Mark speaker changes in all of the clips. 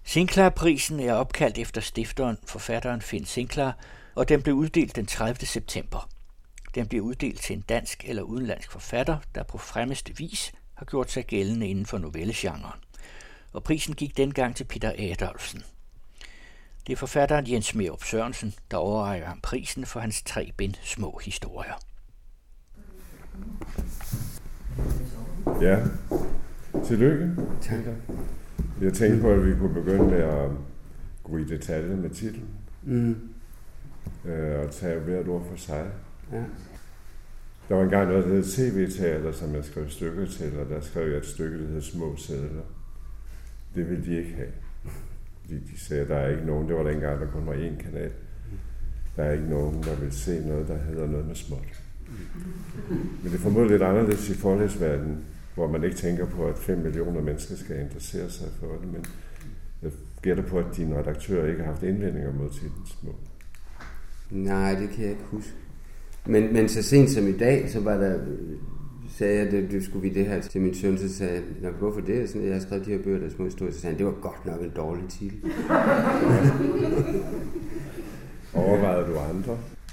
Speaker 1: Sinclair-prisen er opkaldt efter stifteren, forfatteren Finn Sinclair, og den blev uddelt den 30. september. Den bliver uddelt til en dansk eller udenlandsk forfatter, der på fremmeste vis har gjort sig gældende inden for novellegenren. Og prisen gik dengang til Peter Adolfsen. Det er forfatteren Jens Smærup Sørensen, der overrækker ham prisen for hans 3 bind små historier.
Speaker 2: Ja, tillykke.
Speaker 3: Tak.
Speaker 2: Jeg tænkte på, at vi kunne begynde med at gå i detaljer med titlen. Og tage hvert ord for sig.
Speaker 3: Ja.
Speaker 2: Der var engang noget, der hed TV-teater, som jeg skrev stykker til, og der skrev jeg et stykke, der hed Små Sædler. Det ville de ikke have. De sagde, at der er ikke nogen, det var dengang, der kun var 1 kanal. Der er ikke nogen, der vil se noget, der hedder noget med småt. Men det er formodentlig lidt anderledes i forlægsverdenen, hvor man ikke tænker på, at 5 millioner mennesker skal interessere sig for det, men jeg gætter på, at dine redaktører ikke har haft indvendinger mod titlen Små.
Speaker 3: Nej, det kan jeg ikke huske. Men så sent som i dag, så var der, sagde jeg, at det skulle vi det her til min søn, så sagde jeg, hvorfor det? Sådan, jeg har skrevet de her bøger, der er små historier, så sagde han, det var godt nok en dårlig titel.
Speaker 2: Overvejede du andre?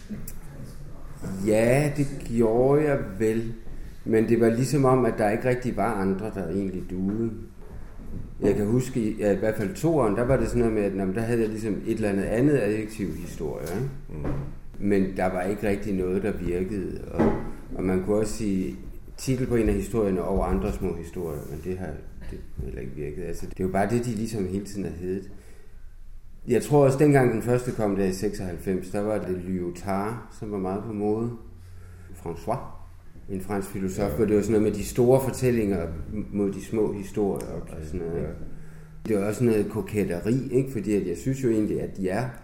Speaker 3: Ja, det gjorde jeg vel. Men det var ligesom om, at der ikke rigtig var andre, der egentlig duede. Jeg kan huske, i hvert fald 2'eren, der var det sådan noget med, at der havde jeg ligesom et eller andet adjektiv historie. Men der var ikke rigtig noget, der virkede. Og man kunne også sige, titel på en af historierne over andre små historier, men det har heller ikke virket. Altså, det er jo bare det, de ligesom hele tiden har heddet. Jeg tror også, dengang den første kom der i 96, der var det Lyotard, som var meget på mode. François, en fransk filosof, hvor det var sådan noget med de store fortællinger mod de små historier. Okay, og sådan noget. Ja. Det var også noget koketteri, ikke? Fordi at jeg synes jo egentlig, at de er...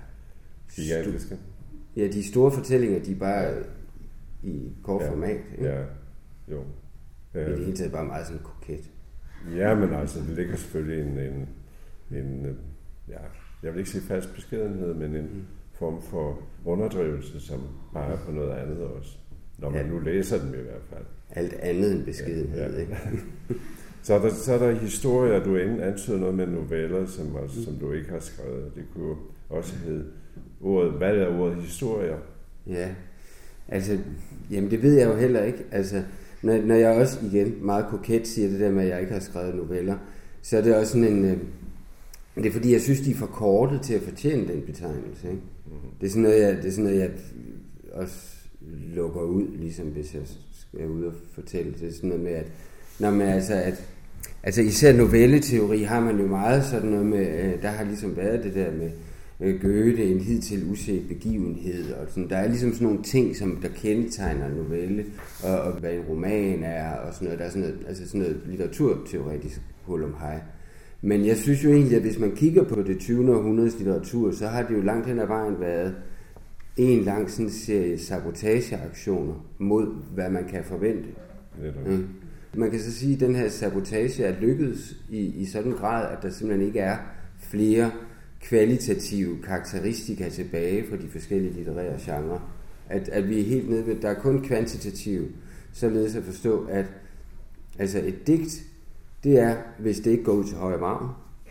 Speaker 3: Ja, de store fortællinger, de er bare i kort format. Ikke?
Speaker 2: Ja, jo.
Speaker 3: I det hele taget bare meget sådan koket.
Speaker 2: Ja, men altså, det ligger selvfølgelig en jeg vil ikke sige fast beskedenhed, men en form for underdrivelse, som peger på noget andet også. Når man nu læser dem i hvert fald.
Speaker 3: Alt andet end beskedenhed, ikke?
Speaker 2: Så er der historier, du antyder noget med noveller, som du ikke har skrevet. Det kunne også hedde hvad er ordet historier?
Speaker 3: Ja, altså, jamen det ved jeg jo heller ikke. Altså, når jeg også igen meget koket siger det der med, at jeg ikke har skrevet noveller, så er det også sådan en... det er fordi, jeg synes, de er for korte til at fortjene den betegnelse. Ikke? Det er sådan noget, jeg også lukker ud, ligesom hvis jeg skal ud og fortælle. Det er sådan noget med, at når man altså især novelleteori har man jo meget sådan noget med, der har ligesom været det der med Goethe, en hidtil uset begivenhed, og sådan, der er ligesom sådan nogle ting, som der kendetegner en novelle, og hvad en roman er, og sådan noget, der er sådan noget, altså sådan noget litteraturteoretisk hurlumhej. Men jeg synes jo egentlig, at hvis man kigger på det 20. århundredes litteratur, så har det jo langt hen ad vejen været en lang sådan serie sabotageaktioner mod, hvad man kan forvente. Man kan så sige, at den her sabotage er lykkedes i sådan en grad, at der simpelthen ikke er flere kvalitative karakteristika tilbage for de forskellige litterære genrer. At vi er helt nede ved, der er kun kvantitative, således at forstå, at altså et digt, det er, hvis det ikke går ud til højre margen.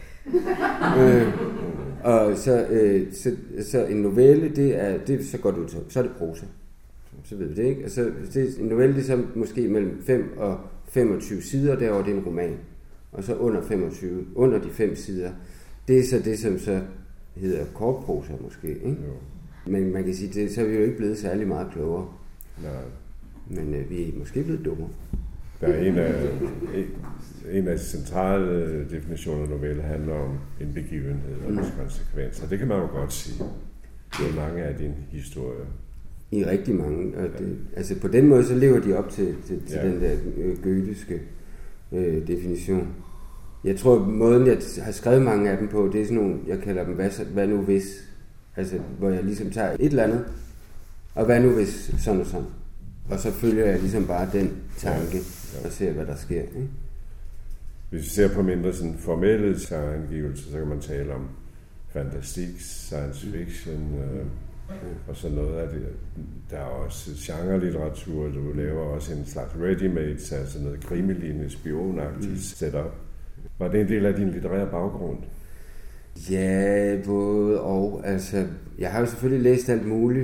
Speaker 3: Og så en novelle, så går det ud til, så er det prosa. Så ved vi det, ikke? Altså, en novelle, det er så måske mellem 5 og 25 sider, derovre det er en roman. Og så under de 5 sider, det er så det, som så hedder kortprosa måske, ikke? Jo. Men man kan sige, så er vi jo ikke blevet særlig meget klogere.
Speaker 2: Nej.
Speaker 3: Men vi er måske blevet dummere.
Speaker 2: Der er en af de centrale definitioner af novelle handler om en begivenhed og dens konsekvenser. Det kan man jo godt sige. Det er mange af dine historier.
Speaker 3: I rigtig mange. Og det, altså på den måde, så lever de op til den der goetheske definition. Jeg tror, måden jeg har skrevet mange af dem på, det er sådan nogle, jeg kalder dem, hvad nu hvis? Altså, hvor jeg ligesom tager et eller andet, og hvad nu hvis sådan og sådan. Og så følger jeg ligesom bare den tanke, og ser, hvad der sker. Ikke?
Speaker 2: Hvis vi ser på mindre sådan formelle genreangivelser, så kan man tale om fantastik, science fiction, og så noget af det. Der er også genre-litteratur, du laver også en slags ready-made, altså noget krimelignende, spionagtigt setup. Var det en del af din litterære baggrund?
Speaker 3: Ja, både og. Altså, jeg har jo selvfølgelig læst alt muligt,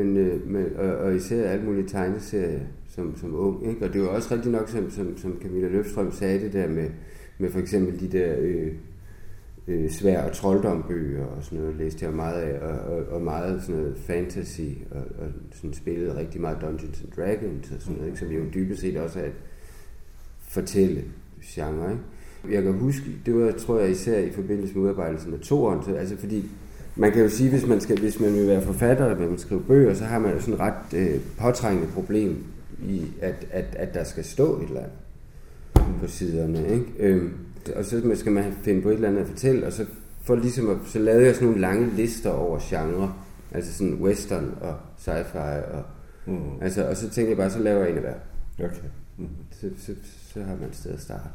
Speaker 3: og især alt muligt tegneserier som ung. Ikke? Og det var også rigtig nok, som Camilla Løfstrøm sagde, det der med for eksempel de der svær- og trolddombøger og sådan noget, læste jeg meget af, og meget sådan noget fantasy, og sådan spillede rigtig meget Dungeons and Dragons og sådan noget, ikke? Som jo dybest set også er et fortælle-genre, ikke? Jeg kan huske, det var, tror jeg, især i forbindelse med udarbejdelsen af toeren, altså fordi man kan jo sige, hvis man vil være forfatter, eller man skriver bøger, så har man jo sådan et ret påtrængende problem i, at der skal stå et eller andet på siderne, ikke? Og så skal man finde på et eller andet at fortælle, og så for ligesom så lavede jeg sådan nogle lange lister over genre, altså sådan western og sci-fi, altså, og så tænkte jeg bare, så laver jeg en af hver.
Speaker 2: Okay.
Speaker 3: Så har man et sted at starte.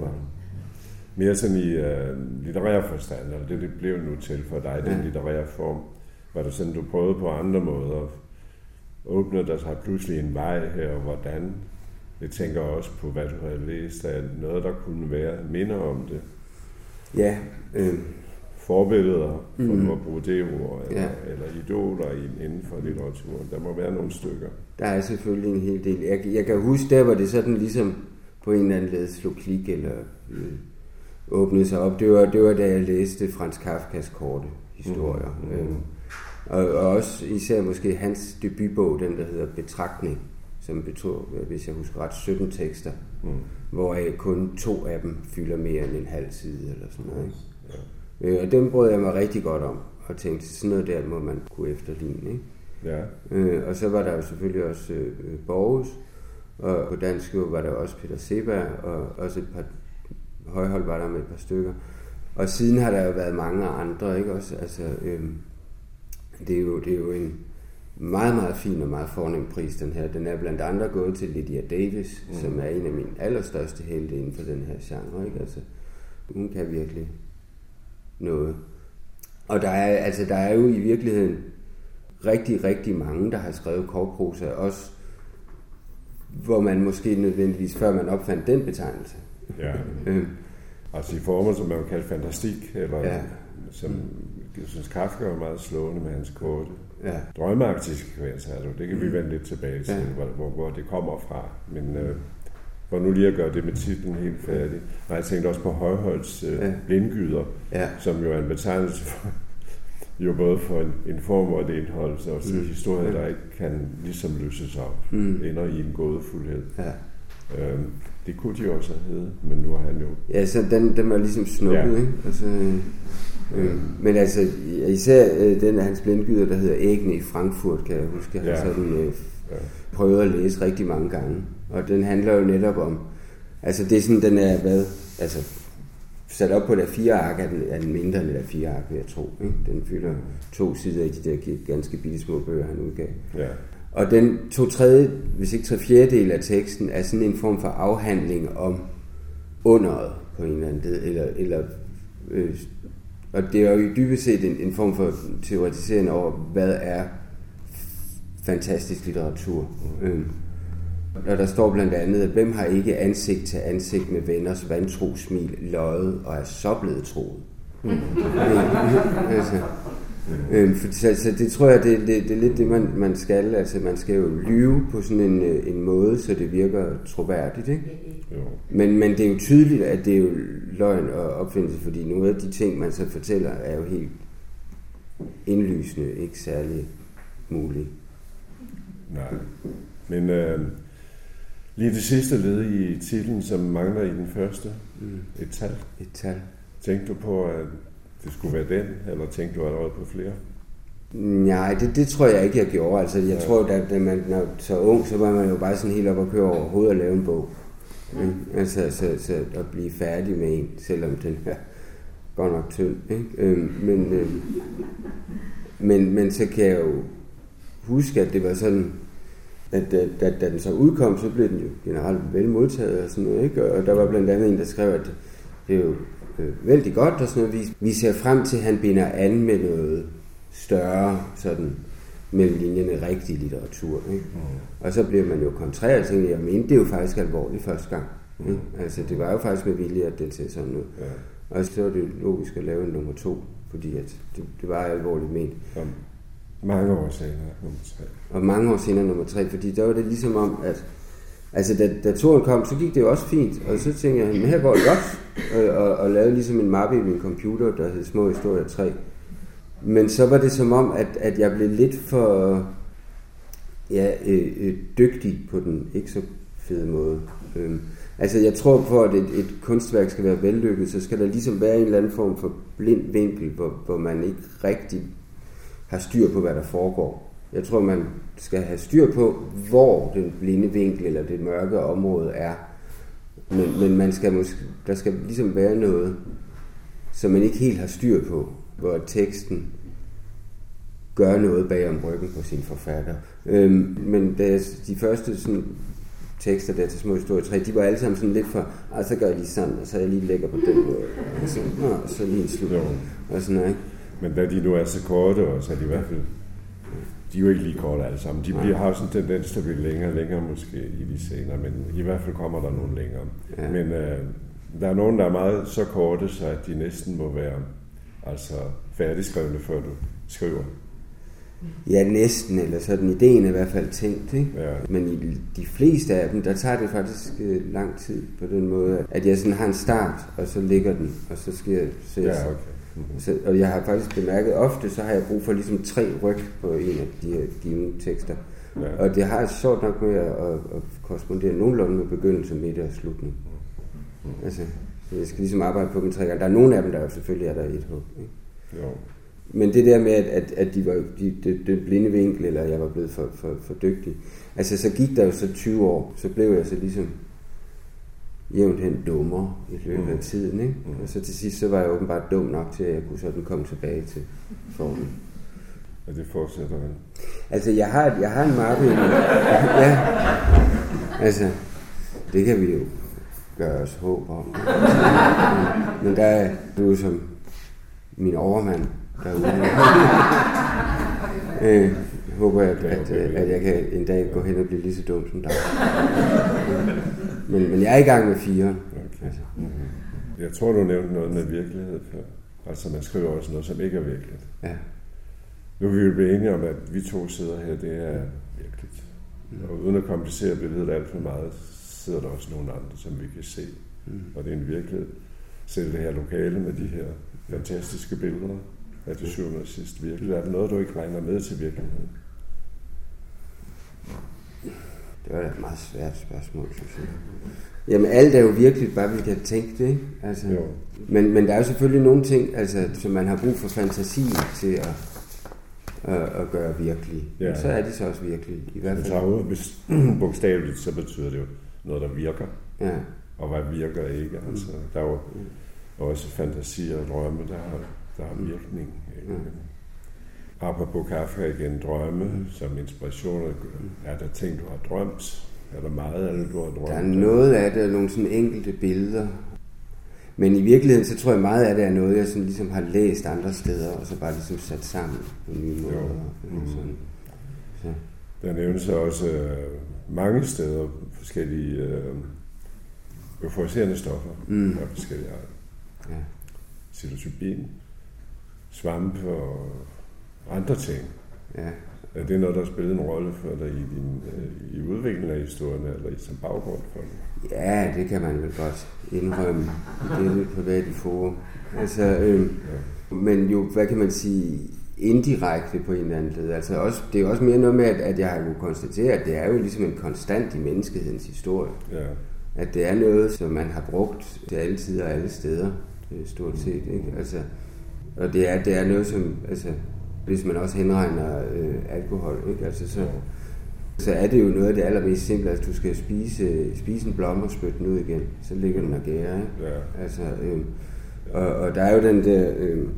Speaker 2: Mere sådan i litterær forstand, eller det blev nu til for dig, den litterære form. Var det sådan, du prøvede på andre måder? Åbnede der sig pludselig en vej her, og hvordan? Jeg tænker også på, hvad du havde læst af noget, der kunne være minder om det.
Speaker 3: Ja.
Speaker 2: Forbilleder, for nu at bruge det ord, eller idoler inden for litteraturen. Der må være nogle stykker. Der
Speaker 3: er selvfølgelig en hel del. Jeg kan huske, der var det sådan ligesom på en eller anden led slog klik, eller åbnede sig op. Det var da jeg læste Franz Kafkas korte historier. Og også især måske hans debutbog, den der hedder Betragtning, som betog, hvis jeg husker ret, 17 tekster, hvoraf kun 2 af dem fylder mere end en halv side, eller sådan noget, ikke? Ja. Og dem brød jeg mig rigtig godt om, og tænkte, sådan noget der må man kunne efterligne, ikke? Ja. Og så var der jo selvfølgelig også Borges, og på dansk var der også Peter Seberg, og også et par Højhold var der med et par stykker. Og siden har der jo været mange andre, ikke også? Altså, det er jo en meget, meget fin og meget fornem pris, den her. Den er blandt andre gået til Lydia Davis, som er en af mine allerstørste helte inden for den her genre, ikke? Altså, hun kan virkelig noget. Og der er jo i virkeligheden rigtig, rigtig mange, der har skrevet kortprosa, også hvor man måske nødvendigvis, før man opfandt den betegnelse.
Speaker 2: Ja. Altså i former, som man jo kalder fantastik, eller som jeg synes Kafka var meget slående med hans korte. Ja. Drømmeagtige sekvenser, altså, det kan vi vende lidt tilbage til, hvor det kommer fra. Men for nu lige at gøre det med titlen helt færdig. Og jeg tænkte også på Højholds blindgyder, som jo er en betegnelse for, jo både for en form og et indhold, så også en historie, der ikke kan ligesom løses op, ender i en gådefuldhed. Ja. Det kunne de også have heddet, men nu har han jo...
Speaker 3: Ja, så den var ligesom snuppet, ikke? Altså, men altså, især den af hans blindgyder, der hedder Æggene i Frankfurt, kan jeg huske, jeg har sådan prøvet at læse rigtig mange gange. Og den handler jo netop om... Altså, det er sådan, den er, sat op på der 4 ark, er den mindre end der 4 ark, vil jeg tro. Ikke? Den fylder 2 sider i de der ganske bitte små bøger, han udgav. Ja. Og den 2/3, hvis ikke 3/4 af teksten, er sådan en form for afhandling om underet på en eller anden led, og det er jo i dybest set en form for teoretisering over, hvad er fantastisk litteratur. Og der står blandt andet, at hvem har ikke ansigt til ansigt med venners vantro smil løjet og er så blevet troet. Så det tror jeg, det er lidt det, man skal. Altså man skal jo lyve på sådan en måde, så det virker troværdigt, ikke? Men det er jo tydeligt, at det er jo løgn og opfindelse, fordi nogle af de ting, man så fortæller, er jo helt indlysende, ikke særlig mulige.
Speaker 2: Nej, men lige det sidste led i titlen, som mangler i den første, et tal.
Speaker 3: Et tal.
Speaker 2: Tænkte du på, at det skulle være den, eller tænkte du allerede på flere?
Speaker 3: Nej, det tror jeg ikke, jeg gjorde. Altså, jeg tror, da man var så ung, så var man jo bare sådan helt op og køre over hovedet og lave en bog. Altså, så at blive færdig med en, selvom den er godt nok tynd. Ikke? Men så kan jeg jo huske, at det var sådan, at da den så udkom, så blev den jo generelt vel modtaget og sådan noget. Ikke? Og der var blandt andet en, der skrev, at det er jo vældig godt og sådan noget. Vi ser frem til, at han binder an med noget større, sådan mellem linjerne rigtig litteratur. Ikke? Og så bliver man jo kontrær og tænker, det er jo faktisk alvorligt første gang. Ikke? Altså det var jo faktisk med vilje, at det til sådan noget. Og så var det logisk at lave en nummer 2, fordi at det var alvorligt ment.
Speaker 2: Og mange år senere nummer 3.
Speaker 3: Og mange år senere nummer 3, fordi der var det ligesom om, at altså da turen kom, så gik det jo også fint, og så tænkte jeg, her går det godt, og lavede ligesom en mappe i min computer, der hed Små Historier 3. Men så var det som om, at jeg blev lidt for dygtig på den ikke så fede måde. Altså jeg tror på, at et kunstværk skal være vellykket, så skal der ligesom være en eller anden form for blind vinkel, hvor man ikke rigtig har styr på, hvad der foregår. Jeg tror, man skal have styr på, hvor den blinde vinkel eller det mørke område er. Men der skal ligesom være noget, som man ikke helt har styr på, hvor teksten gør noget bag om ryggen på sin forfatter. Men de første sådan, tekster der til Små Historier 3, de var alle sammen sådan lidt for, så gør jeg lige sådan, og så jeg lige lægger på den måde, og så lige en slutning, og sådan noget, ikke?
Speaker 2: Men da de nu er så korte, og så er de i hvert fald, de er jo ikke lige korte alle sammen. De har sådan en tendens til at blive længere og længere måske i de senere, men i hvert fald kommer der nogle længere. Ja. Men der er nogen, der er meget så korte, så at de næsten må være altså færdigskrevne, før du skriver.
Speaker 3: Ja, næsten, eller sådan ideen er i hvert fald tænkt, ikke? Ja. Men i de fleste af dem, der tager det faktisk lang tid på den måde, at jeg sådan har en start, og så ligger den, og så skal jeg se.
Speaker 2: Ja, okay.
Speaker 3: Så, og jeg har faktisk bemærket, ofte så har jeg brug for ligesom 3 ryg på en af de her givne tekster. Ja. Og det har sjovt nok med at korrespondere nogenlunde med begyndelse, midte og slutning. Altså, så jeg skal ligesom arbejde på dem 3 gange. Der er nogle af dem, der selvfølgelig er der i et hug. Jo. Men det der med, at de var det blinde vinkel, eller jeg var blevet for dygtig. Altså, så gik der jo så 20 år, så blev jeg så ligesom jævnt hen dummere i løbet af tiden, ikke? Og så til sidst, så var jeg åbenbart dum nok til, at jeg kunne sådan komme tilbage til formen.
Speaker 2: Og det fortsætter man?
Speaker 3: Altså, jeg har en mappe. Ja, altså, det kan vi jo gøre os håb om. Men der er du som min overmand derude. Håber jeg, at jeg kan en dag gå hen og blive lige så dum som dig. Men jeg er i gang med 4. Okay. Altså.
Speaker 2: Jeg tror, du nævnte noget med virkelighed før. Altså, man skriver også noget, som ikke er virkeligt. Ja. Nu vil vi blive enige om, at vi 2 sidder her, det er virkeligt. Og uden at komplicere billedet alt for meget, sidder der også nogle andre, som vi kan se. Og det er en virkelighed. Selv det her lokale med de her fantastiske billeder, er det syvende og sidst virkeligt. Er der noget, du ikke regner med til virkeligheden?
Speaker 3: Det var et meget svært spørgsmål, synes jeg. Jamen, alt er jo virkelig, bare vi kan tænke det, ikke? Altså, men der er jo selvfølgelig nogle ting, altså, som man har brug for fantasi til at gøre virkelige. Ja. Så er de så også virkelige, i hvert fald.
Speaker 2: Hvis bogstaveligt, så betyder det jo noget, der virker. Ja. Og hvad virker ikke. Altså, der er jo også fantasier og drømme, der har virkning. Apropos Kafka igen, drømme som inspiration. Er der ting, du har drømt? Er der meget af det, du har drømt?
Speaker 3: Der er noget af det, nogle sådan enkelte billeder. Men i virkeligheden, så tror jeg meget af det er noget, jeg sådan ligesom har læst andre steder, og så bare ligesom sat sammen på nye måder. Sådan. Så.
Speaker 2: Der nævnes også mange steder forskellige euforiserende stoffer af forskellige arter. Ja. Psilocybin, svampe og andre ting. Ja. Er det noget, der har spillet en rolle for dig i udviklingen af historien, eller som baggrund for det?
Speaker 3: Ja, det kan man vel godt indrømme. Det er lidt privat i forum. Altså, men jo, hvad kan man sige, indirekte på en eller anden led. Altså også, det er også mere noget med, at jeg har jo konstateret, at det er jo ligesom en konstant i menneskehedens historie. Ja. At det er noget, som man har brugt til alle tider og alle steder, stort set. Ikke? Altså, og det er noget, som, altså, hvis man også henregner alkohol, ikke? Altså, så er det jo noget af det allermest simple, at du skal spise en blomme og spytte den ud igen, så ligger den og gærer, ikke? Ja. Altså, og der er jo den der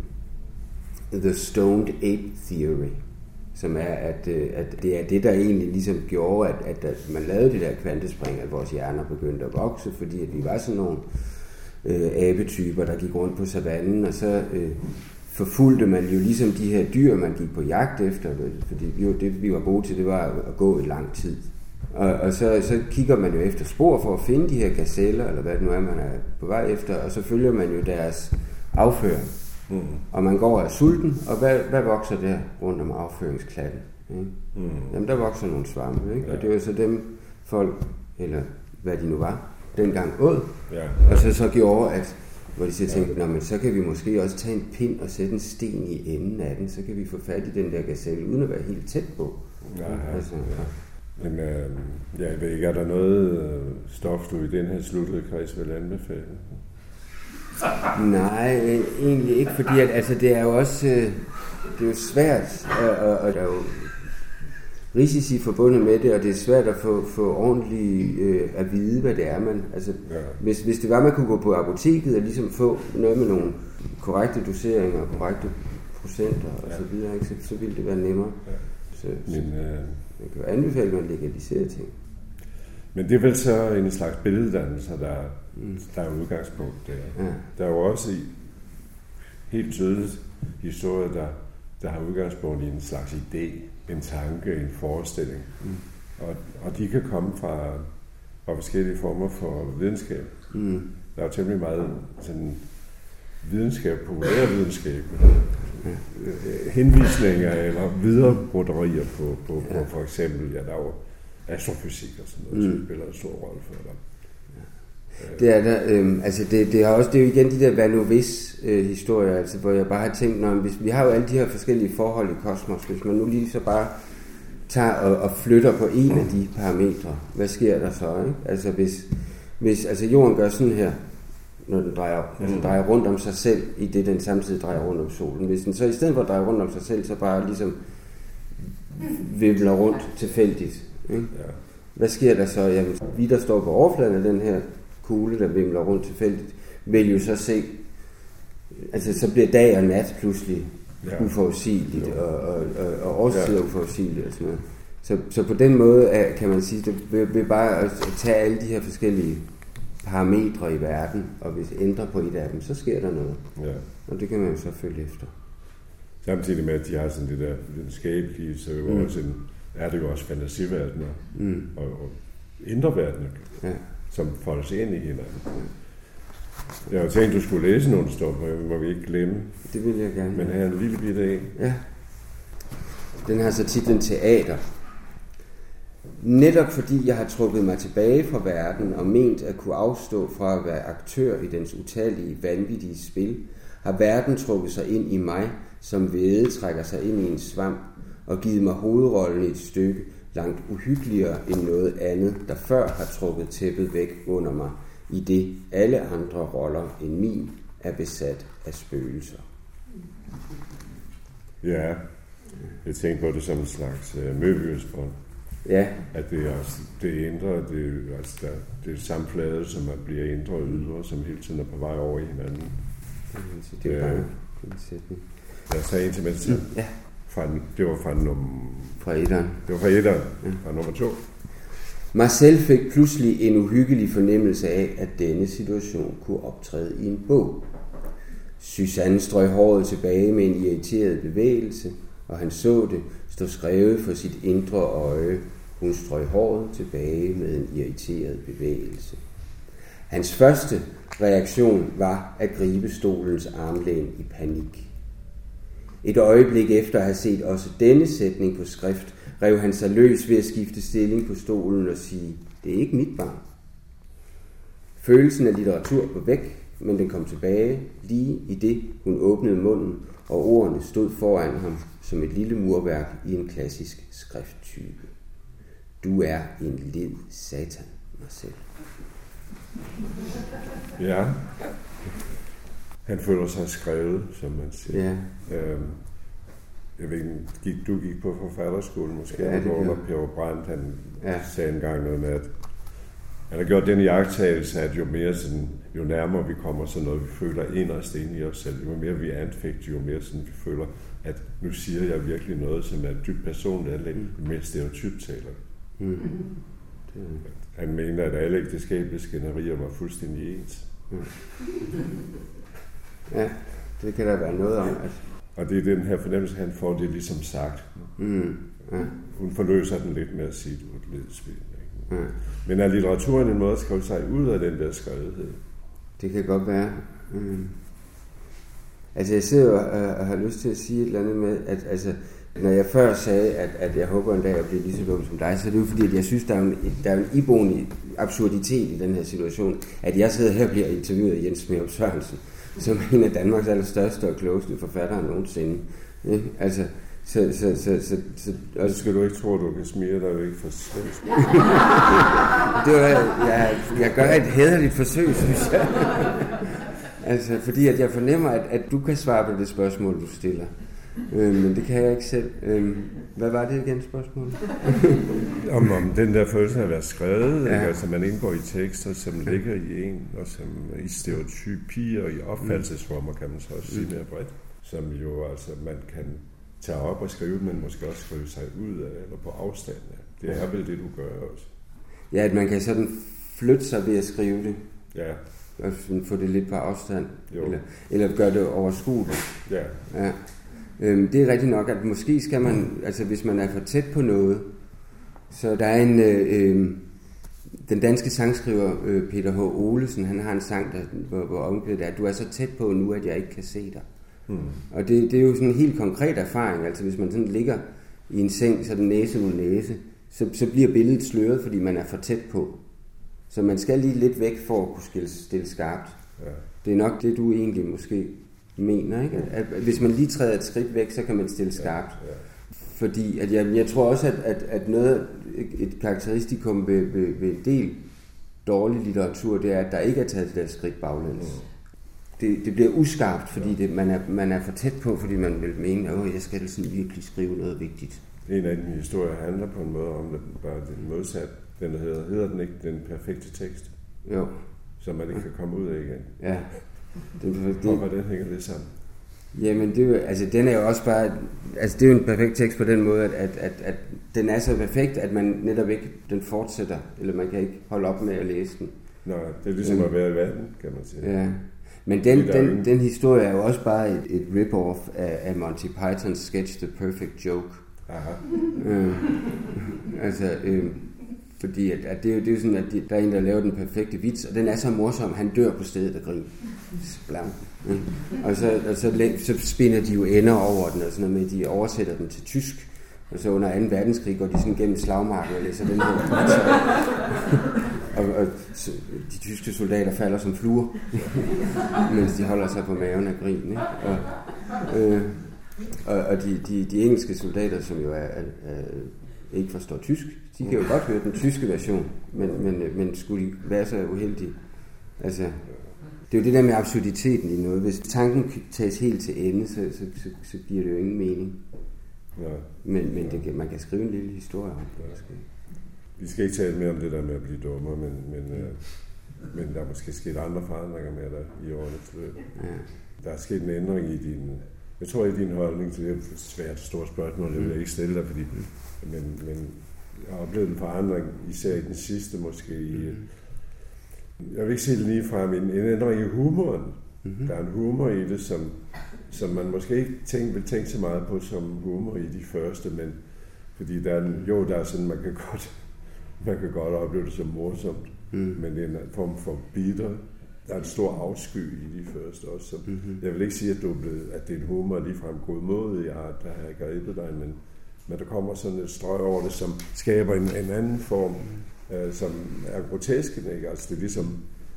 Speaker 3: The Stoned Ape Theory, som er, at det er det, der egentlig ligesom gjorde, at man lavede det der kvantespring, at vores hjerner begyndte at vokse, fordi at vi var sådan nogle abetyper, der gik rundt på savannen, og så forfulgte man jo ligesom de her dyr, man gik på jagt efter, fordi det vi var gode til, det var at gå i lang tid Og så kigger man jo efter spor for at finde de her gazeller, eller hvad det nu er, man er på vej efter, og så følger man jo deres afføring. Og man går af sulten, og hvad vokser der rundt om afføringsklatten? Jamen, der vokser nogle svampe, ikke? Ja. Og det var så dem folk, eller hvad de nu var, dengang åd. Ja. Og så gjorde, at hvor de så tænkte, men så kan vi måske også tage en pind og sætte en sten i enden af den, så kan vi få fat i den der gazelle, uden at være helt tæt på.
Speaker 2: Ja. Altså, ja. Men jeg ved ikke, er der noget stof, du i den her sluttede kreds vil anbefale?
Speaker 3: Nej, egentlig ikke, fordi at, altså, det er jo også det er jo svært, og der er jo risici forbundet med det, og det er svært at få ordentligt at vide, hvad det er, man... Altså, hvis det var, man kunne gå på apoteket og ligesom få noget med nogle korrekte doseringer og korrekte procenter og så videre, ikke? Så ville det være nemmere. Så man kan jo anbefale, at man legaliserer ting.
Speaker 2: Men det er vel så en slags billeddannelse, der er udgangspunkt der. Ja. Der er jo også helt tydeligt historier, der har udgangspunkt i en slags idé, en tanke, en forestilling. Og de kan komme fra forskellige former for videnskab. Der er jo temmelig meget sådan videnskab, populær videnskab, henvisninger eller viderebroderier på for eksempel, der er jo astrofysik og sådan noget, som spiller en stor rolle for dig.
Speaker 3: Det er der, altså det er jo igen de der hvad nu hvis historier, altså hvor jeg bare har tænkt, hvis vi har jo alle de her forskellige forhold i kosmos, hvis man nu lige så bare tager og flytter på en af de parametre, hvad sker der så, ikke? Altså hvis altså jorden gør sådan her, når den drejer rundt om sig selv, i det den samtidig drejer rundt om solen. Hvis den så i stedet for at dreje rundt om sig selv, så bare ligesom vivler rundt tilfældigt, ikke? Ja. Hvad sker der så? Jamen, vi der står på overfladen af den her kugle, der vimler rundt tilfældigt, vil jo så se, altså så bliver dag og nat pludselig uforudsigeligt, og årstider uforudsigeligt og sådan noget. Så på den måde kan man sige, det vil bare at tage alle de her forskellige parametre i verden, og hvis ændrer på et af dem, så sker der noget. Ja. Og det kan man jo så følge efter.
Speaker 2: Samtidig med, at de har sådan det der videnskabelige, så er det jo også fantasiverdener og indre verdener, som folder sig ind i hinanden. Jeg har jo tænkt, at du skulle læse nogle stoffer, det må vi ikke glemme.
Speaker 3: Det vil jeg gerne.
Speaker 2: Men her er en lille bitte en.
Speaker 3: Ja. Den har så titlen Teater. Netop fordi jeg har trukket mig tilbage fra verden og ment at kunne afstå fra at være aktør i dens utallige, vanvittige spil, har verden trukket sig ind i mig, som væde trækker sig ind i en svamp, og givet mig hovedrollen i et stykke langt uhyggeligere end noget andet, der før har trukket tæppet væk under mig, i det alle andre roller end min er besat af spøgelser.
Speaker 2: Ja, jeg tænker på det som en slags Möbius-bånd.
Speaker 3: Ja.
Speaker 2: At det er det indre, det er samme flade, som at bliver indre og ydre, som hele tiden er på vej over i hinanden.
Speaker 3: Det er bare en sætning.
Speaker 2: Jeg sagde en til mig selv. Ja. Det var fra
Speaker 3: etteren.
Speaker 2: Det var fra etteren, fra nummer 2.
Speaker 3: Marcel fik pludselig en uhyggelig fornemmelse af, at denne situation kunne optræde i en bog. Susanne strøg håret tilbage med en irriteret bevægelse, og han så det stå skrevet for sit indre øje. Hun strøg håret tilbage med en irriteret bevægelse. Hans første reaktion var at gribe stolens armlæn i panik. Et øjeblik efter at have set også denne sætning på skrift, rev han sig løs ved at skifte stilling på stolen og sige, det er ikke mit barn. Følelsen af litteratur var væk, men den kom tilbage lige i det, hun åbnede munden, og ordene stod foran ham som et lille murværk i en klassisk skrifttype. Du er en led satan, Marcel.
Speaker 2: Ja. Han føler sig skrevet, som man siger. Ja. Jeg ved ikke, du gik på forfatterskolen måske, hvor Per Brandt, han sagde engang noget med, at han har gjort den iagttagelse, at jo nærmere vi kommer sådan noget, vi føler inderst inde i os selv, jo mere vi er anfægtet, jo mere sådan vi føler, at nu siger jeg virkelig noget, som er dybt personligt anlæg, jo mere stereotyp taler. Han mener, at alle ægteskabelige skænderier var fuldstændig ens.
Speaker 3: Ja, det kan der være noget om. Altså.
Speaker 2: Og det er den her fornemmelse, han får det ligesom sagt. Ja. Hun forløser den lidt med at sige, at du er et ledespil.
Speaker 3: Ja.
Speaker 2: Men er litteraturen en måde at skrive sig ud af den der skrevethed?
Speaker 3: Det kan godt være. Altså jeg sidder og har lyst til at sige et eller andet med, at altså, når jeg før sagde, at jeg håber en dag at blive lige så dum som dig, så er det jo fordi, at jeg synes, der er en iboende absurditet i den her situation, at jeg sidder her og bliver interviewet af Jens Smærup Sørensen, som er en af Danmarks allerstørste og klogeste forfattere nogensinde. Altså, så
Speaker 2: skal du ikke tro, at du kan smire dig jo ikke for svensk.
Speaker 3: Jeg gør et hæderligt forsøg, synes jeg. Altså, fordi at jeg fornemmer, at du kan svare på det spørgsmål, du stiller. Men det kan jeg ikke selv. Hvad var det igen, spørgsmålet?
Speaker 2: om den der følelse af at være skrevet, ja. Altså man indgår i tekster, som ligger i en, og som i stereotypier og i opfattelsesformer, kan man så også sige mere bredt, som jo altså man kan tage op og skrive, men måske også skrive sig ud af, eller på afstand af. Det er vel det, du gør også. Ja,
Speaker 3: at man kan sådan flytte sig ved at skrive det.
Speaker 2: Ja.
Speaker 3: Og få det lidt på afstand. Eller gøre det overskueligt.
Speaker 2: Ja.
Speaker 3: Det er rigtigt nok, at måske skal man, altså hvis man er for tæt på noget, så der er den danske sangskriver Peter H. Olesen, han har en sang, hvor omkvædet er, at du er så tæt på nu, at jeg ikke kan se dig. Og det er jo sådan en helt konkret erfaring, altså hvis man sådan ligger i en seng, så er det næse mod næse, så bliver billedet sløret, fordi man er for tæt på. Så man skal lige lidt væk for at kunne stille skarpt. Ja. Det er nok det, du egentlig måske mener, ikke? At hvis man lige træder et skridt væk, så kan man stille skarpt. Ja. Fordi at jeg tror også, at noget, et karakteristikum ved en del dårlig litteratur, det er, at der ikke er taget det der skridt baglæns. Det bliver uskarpt, fordi man er for tæt på, fordi man vil mene, at jeg skal sådan virkelig skrive noget vigtigt.
Speaker 2: En af de historier handler på en måde om, at bare den modsat. Den hedder den ikke den perfekte tekst?
Speaker 3: Jo.
Speaker 2: Som man ikke kan komme ud af igen.
Speaker 3: Ja.
Speaker 2: Og hvordan hænger det sammen?
Speaker 3: Jamen, den er jo også bare... Altså, det er jo en perfekt tekst på den måde, at den er så perfekt, at man netop ikke... Den fortsætter, eller man kan ikke holde op med at læse den.
Speaker 2: Nej, det er ligesom at være i verden, kan man sige.
Speaker 3: Ja. Men den historie er jo også bare et rip-off af Monty Pythons sketch The Perfect Joke.
Speaker 2: Aha.
Speaker 3: Fordi at det er jo sådan, at der er en, der laver den perfekte vits, og den er så morsom, han dør på stedet af grin. Og så spinder de jo ender over den, og sådan noget med, de oversætter den til tysk. Og så under 2. verdenskrig går de sådan gennem slagmarken og læser den her vits. Og de tyske soldater falder som fluer, mens de holder sig på maven af grin. Ikke? Og de engelske soldater, som jo ikke forstår tysk, de kan jo godt høre den tyske version, men skulle de være så uheldige? Altså, det er jo det der med absurditeten i noget. Hvis tanken tages helt til ende, så giver det jo ingen mening.
Speaker 2: Ja.
Speaker 3: Men man kan skrive en lille historie om det.
Speaker 2: Ja. Vi skal ikke tale mere om det der med at blive dummere, men der er måske sket andre forandringer med dig i årenes løb. Ja. Der er sket en ændring i din... Jeg tror ikke, din holdning til det er et svært stort spørgsmål, jeg vil ikke stille dig, fordi... Men jeg har oplevet en forandring, især i den sidste måske. Jeg vil ikke sige det lige frem, en ændring i humoren. Mm-hmm. Der er en humor i det, som man måske ikke vil tænke så meget på som humor i de første, men fordi der er sådan, man kan godt opleve det som morsomt, men det er en form for bitter. Der er en stor afsky i de første også. Jeg vil ikke sige, at det er en humor ligefrem godmodig art, der har grebet dig, men der kommer sådan et strøg over det, som skaber en anden form, som er grotesk, ikke? Altså det er ligesom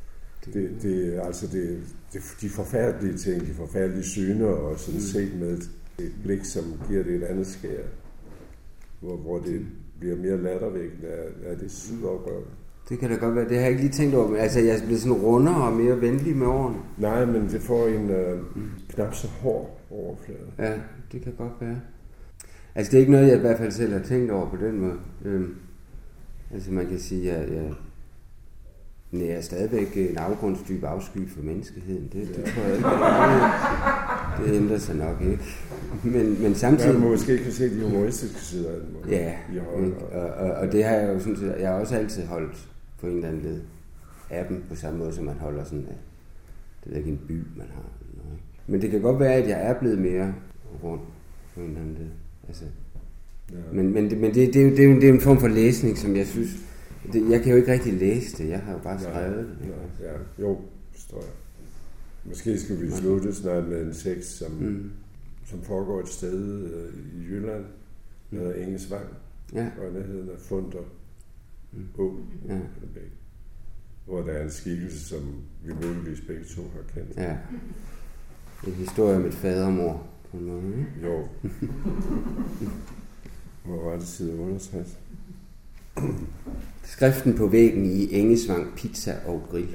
Speaker 2: de forfærdelige ting, de forfærdelige syner, og sådan set med et blik, som giver det et andet skær, hvor det bliver mere lattervækkende af det sydoprørende.
Speaker 3: Det kan da godt være, det har jeg ikke lige tænkt over, men altså jeg er blevet sådan rundere og mere venlig med årene.
Speaker 2: Nej, men det får en knap så hård overflade.
Speaker 3: Ja, det kan godt være. Altså det er ikke noget, jeg i hvert fald selv har tænkt over på den måde. Altså man kan sige, at jeg er stadigvæk en afgrundsdyb afsky for menneskeheden. Det tror jeg ikke. Det ændrer sig nok ikke. Men samtidig...
Speaker 2: Ja, man måske kan se de humoristiske sider af den måde.
Speaker 3: Ja, og det har jeg jo sådan set... Jeg har også altid holdt på en eller anden led af dem, på samme måde som man holder sådan af... Det er ikke en by, man har. Men det kan godt være, at jeg er blevet mere rundt på en eller anden led. Altså, ja. Men det er jo en form for læsning, som jeg synes Jeg kan jo ikke rigtig læse det, jeg har jo bare skrevet det.
Speaker 2: Ja, jo, forstår jeg. Måske skal vi slutte snart med en tekst, som foregår et sted i Jylland, der hedder Engesvang, og den hedder Funder Å, hvor der er en skikkelse, som vi muligvis begge to har kendt.
Speaker 3: Ja, en historie om et fadermor på en måde, ikke?
Speaker 2: Jo. Hvor var det side 68?
Speaker 3: Skriften på væggen i Engesvang, pizza og grill.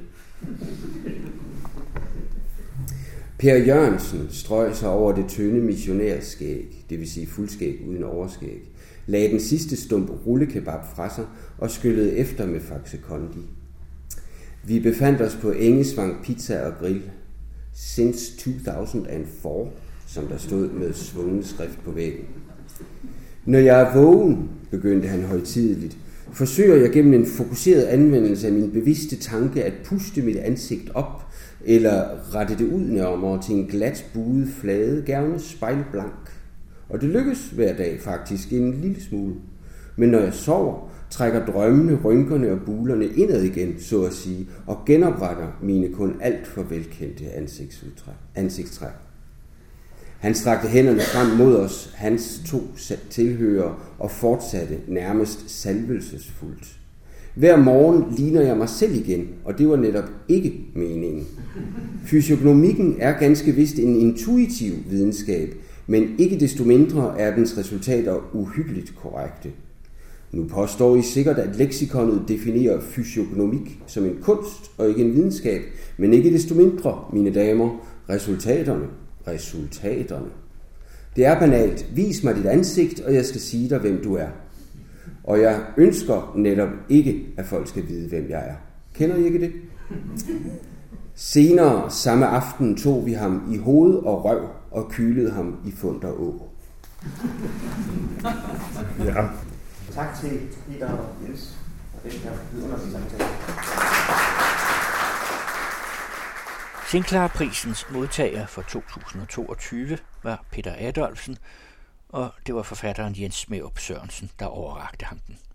Speaker 3: Per Jørgensen strøg sig over det tynde missionærskæg, det vil sige fuldskæg uden overskæg, lagde den sidste stump rullekebab fra sig og skyllede efter med Faxe Kondi. Vi befandt os på Engesvang Pizza og Grill since 2004, som der stod med svungen skrift på væggen. Når jeg er vågen, begyndte han højtideligt, forsøger jeg gennem en fokuseret anvendelse af min bevidste tanke at puste mit ansigt op, eller rette det ud nærmere til en glat buet flade, gerne spejlblank. Og det lykkes hver dag faktisk en lille smule. Men når jeg sover, trækker drømmene, rynkerne og bulerne indad igen, så at sige, og genopretter mine kun alt for velkendte ansigtstræk. Han strakte hænderne frem mod os, hans 2 tilhørere, og fortsatte nærmest salvelsesfuldt. Hver morgen ligner jeg mig selv igen, og det var netop ikke meningen. Fysiognomikken er ganske vist en intuitiv videnskab, men ikke desto mindre er dens resultater uhyggeligt korrekte. Nu påstår I sikkert, at leksikonet definerer fysiognomik som en kunst og ikke en videnskab, men ikke desto mindre, mine damer, resultaterne. Det er banalt. Vis mig dit ansigt, og jeg skal sige dig, hvem du er. Og jeg ønsker netop ikke, at folk skal vide, hvem jeg er. Kender I ikke det? Senere samme aften tog vi ham i hoved og røv og kylede ham i Funder Å.
Speaker 2: Ja.
Speaker 4: Tak til Peter og Jens og den her vidunderlige samtale.
Speaker 1: Sinclair-prisens modtager for 2022 var Peter Adolfsen, og det var forfatteren Jens Smærup Sørensen, der overrakte ham den.